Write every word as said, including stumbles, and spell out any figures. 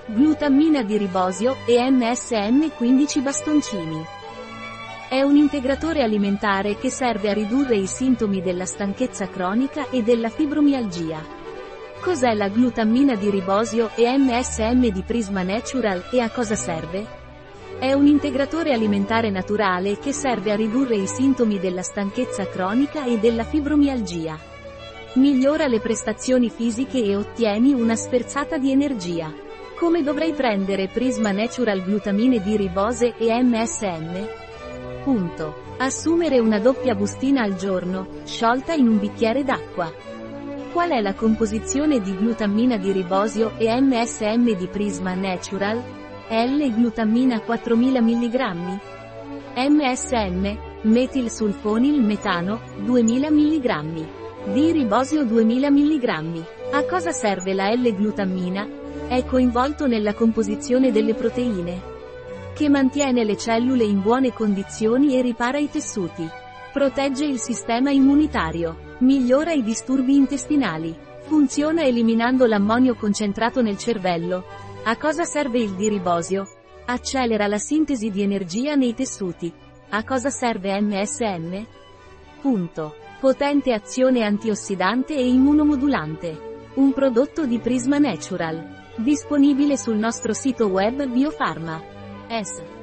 Glutammina di ribosio, e M S M quindici bastoncini. È un integratore alimentare che serve a ridurre i sintomi della stanchezza cronica e della fibromialgia. Cos'è la glutammina di ribosio e M S M di Prisma Natural e a cosa serve? È un integratore alimentare naturale che serve a ridurre i sintomi della stanchezza cronica e della fibromialgia. Migliora le prestazioni fisiche e ottieni una sferzata di energia. Come dovrei prendere Prisma Natural glutamine di ribose e M S M? Punto. Assumere una doppia bustina al giorno, sciolta in un bicchiere d'acqua. Qual è la composizione di glutammina di ribosio e M S M di Prisma Natural? L-glutammina quattromila milligrammi. M S M, metilsulfonil metano, duemila milligrammi. Di ribosio duemila milligrammi. A cosa serve la L-glutammina? È coinvolto nella composizione delle proteine, che mantiene le cellule in buone condizioni e ripara i tessuti. Protegge il sistema immunitario. Migliora i disturbi intestinali. Funziona eliminando l'ammonio concentrato nel cervello. A cosa serve il diribosio? Accelera la sintesi di energia nei tessuti. A cosa serve M S M? Punto. Potente azione antiossidante e immunomodulante. Un prodotto di Prisma Natural. Disponibile sul nostro sito web Biofarma. S.